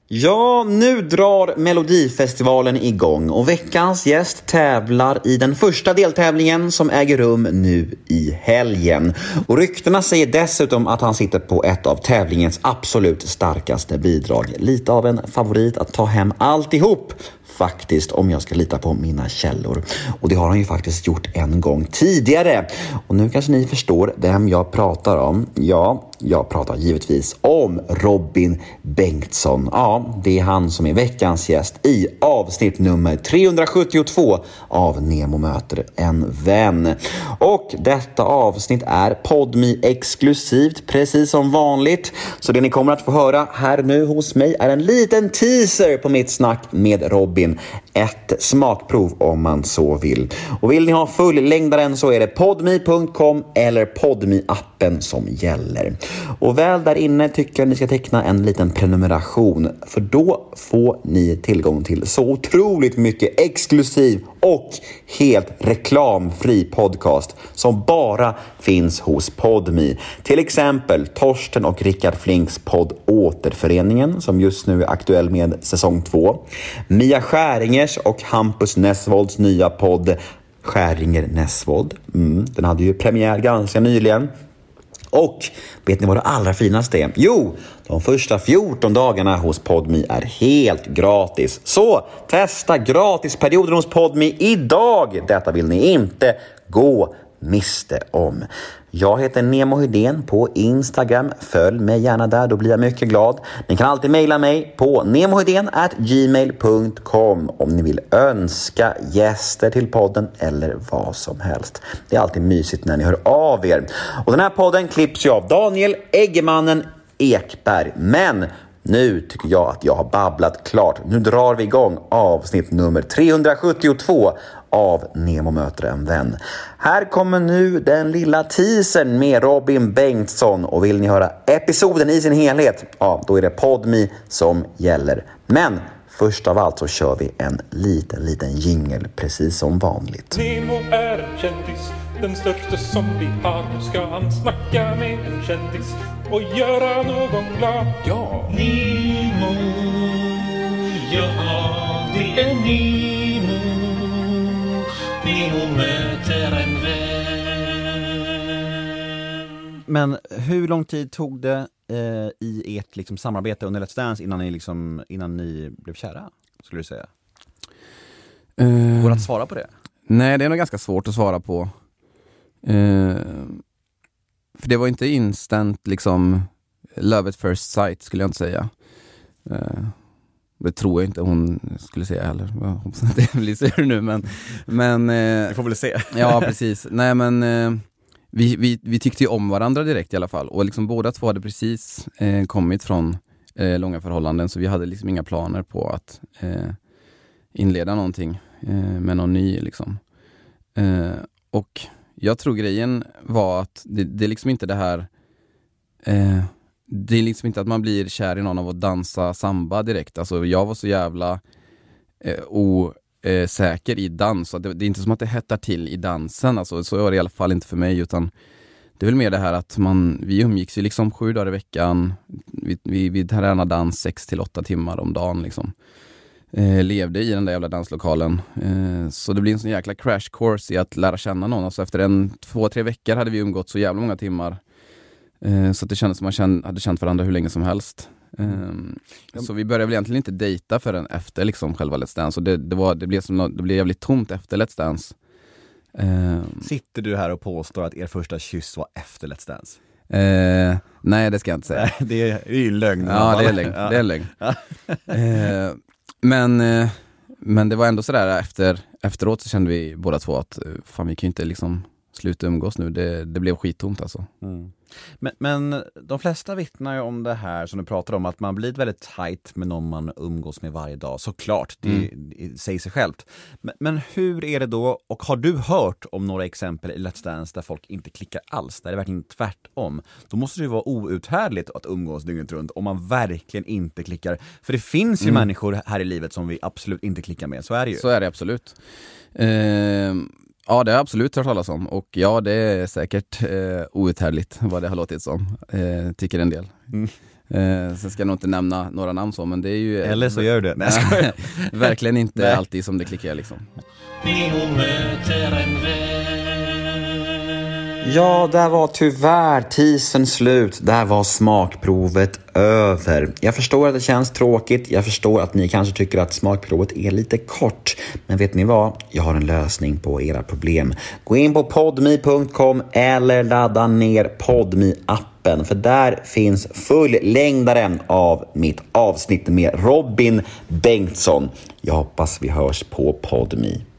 Ja, nu drar Melodifestivalen igång och veckans gäst tävlar i den första deltävlingen som äger rum nu i helgen. Och ryktena säger dessutom att han sitter på ett av tävlingens absolut starkaste bidrag. Lite av en favorit att ta hem alltihop. Faktiskt, om jag ska lita på mina källor. Och det har han ju faktiskt gjort en gång tidigare. Och nu kanske ni förstår vem jag pratar om. Ja, jag pratar givetvis om Robin Bengtsson. Ja, det är han som är veckans gäst i avsnitt nummer 372 av Nemo möter en vän. Och detta avsnitt är Podme exklusivt, precis som vanligt. Så det ni kommer att få höra här nu hos mig är en liten teaser på mitt snack med Robin. Ett smakprov om man så vill. Och vill ni ha fullängdaren så är det podme.com eller Podme-appen som gäller. Och väl där inne tycker jag ni ska teckna en liten prenumeration. För då får ni tillgång till så otroligt mycket exklusiv och helt reklamfri podcast som bara finns hos Podme. Till exempel Torsten och Rickard Flinks podd Återföreningen som just nu är aktuell med säsong 2. Mia Skäringers och Hampus Nessvolds nya podd Skäringer Nessvold. Den hade ju premiär ganska nyligen. Och vet ni vad det allra finaste är? Jo, de första 14 dagarna hos Podme är helt gratis. Så testa gratisperioden hos Podme idag. Detta vill ni inte gå miste om. Jag heter Nemo Hydén på Instagram. Följ mig gärna där, då blir jag mycket glad. Ni kan alltid mejla mig på nemohydén@gmail.com om ni vill önska gäster till podden eller vad som helst. Det är alltid mysigt när ni hör av er. Och den här podden klipps ju av Daniel Eggemannen Ekberg. Men nu tycker jag att jag har babblat klart. Nu drar vi igång avsnitt nummer 372 av Nemo möter en vän. Här kommer nu den lilla teasern med Robin Bengtsson. Och vill ni höra episoden i sin helhet, ja, då är det Podme som gäller. Men först av allt så kör vi en liten jingle, precis som vanligt. Nemo är en kändis, den största som vi har. Nu ska han snacka med en kändis och göra någon glad. Ja, Nemo, ja, det är Nemo. Nemo möter en vän. Men hur lång tid tog det i ert liksom, samarbete under Let's Dance innan ni blev kära, skulle du säga? Går det att svara på det? Nej, det är nog ganska svårt att svara på. För det var inte instant liksom love at first sight, skulle jag inte säga. Det tror jag inte hon skulle säga heller. Jag hoppas att det blir så nu, men vi får väl se. Ja, precis. Nej, men vi tyckte ju om varandra direkt i alla fall. Och liksom båda två hade precis kommit från långa förhållanden. Så vi hade liksom inga planer på att inleda någonting med någon ny liksom. Och jag tror grejen var att det är liksom inte det här... det är liksom inte att man blir kär i någon av att dansa samba direkt. Alltså jag var så jävla osäker i dans. Det är inte som att det hettar till i dansen. Alltså, så var det i alla fall inte för mig. Utan det är väl mer det här att vi umgicks ju liksom 7 dagar i veckan. Vi tränade dans 6-8 timmar om dagen liksom. Levde i den där jävla danslokalen. Så det blir en sån jäkla crash course i att lära känna någon. Alltså efter 2-3 veckor hade vi umgått så jävla många timmar. Så att det kändes som man hade känt varandra hur länge som helst. Så vi började väl egentligen inte dejta förrän efter liksom själva Let's Dance. Och det blev jävligt tomt efter Let's Dance. Sitter du här och påstår att er första kyss var efter Let's Dance? Nej, det ska jag inte säga. Det är ju lögn. Ja, det är lögn. Ja. Det är lögn. Men det var ändå sådär efteråt så kände vi båda två att fan, vi kan ju inte liksom sluta umgås nu. Det blev skittomt alltså. Men de flesta vittnar ju om det här som du pratar om, att man blir väldigt tight med någon man umgås med varje dag. Såklart, det säger sig självt. Men hur är det då, och har du hört om några exempel i Let's Dance där folk inte klickar alls, där det är verkligen tvärtom? Då måste det ju vara outhärdligt att umgås dygnet runt om man verkligen inte klickar. För det finns ju människor här i livet som vi absolut inte klickar med, så är det ju. Så är det absolut. Ja, det har jag absolut hört talas om. Och ja, det är säkert outhärdligt vad det har låtit som. Tycker en del. Sen ska jag nog inte nämna några namn så, men det är ju... Eller så gör du det. Nej, verkligen inte alltid som det klickar liksom. Ja, där var tyvärr teasern slut. Där var smakprovet över. Jag förstår att det känns tråkigt. Jag förstår att ni kanske tycker att smakprovet är lite kort. Men vet ni vad? Jag har en lösning på era problem. Gå in på podme.com eller ladda ner Podme-appen. För där finns fullängdaren av mitt avsnitt med Robin Bengtsson. Jag hoppas vi hörs på Podme.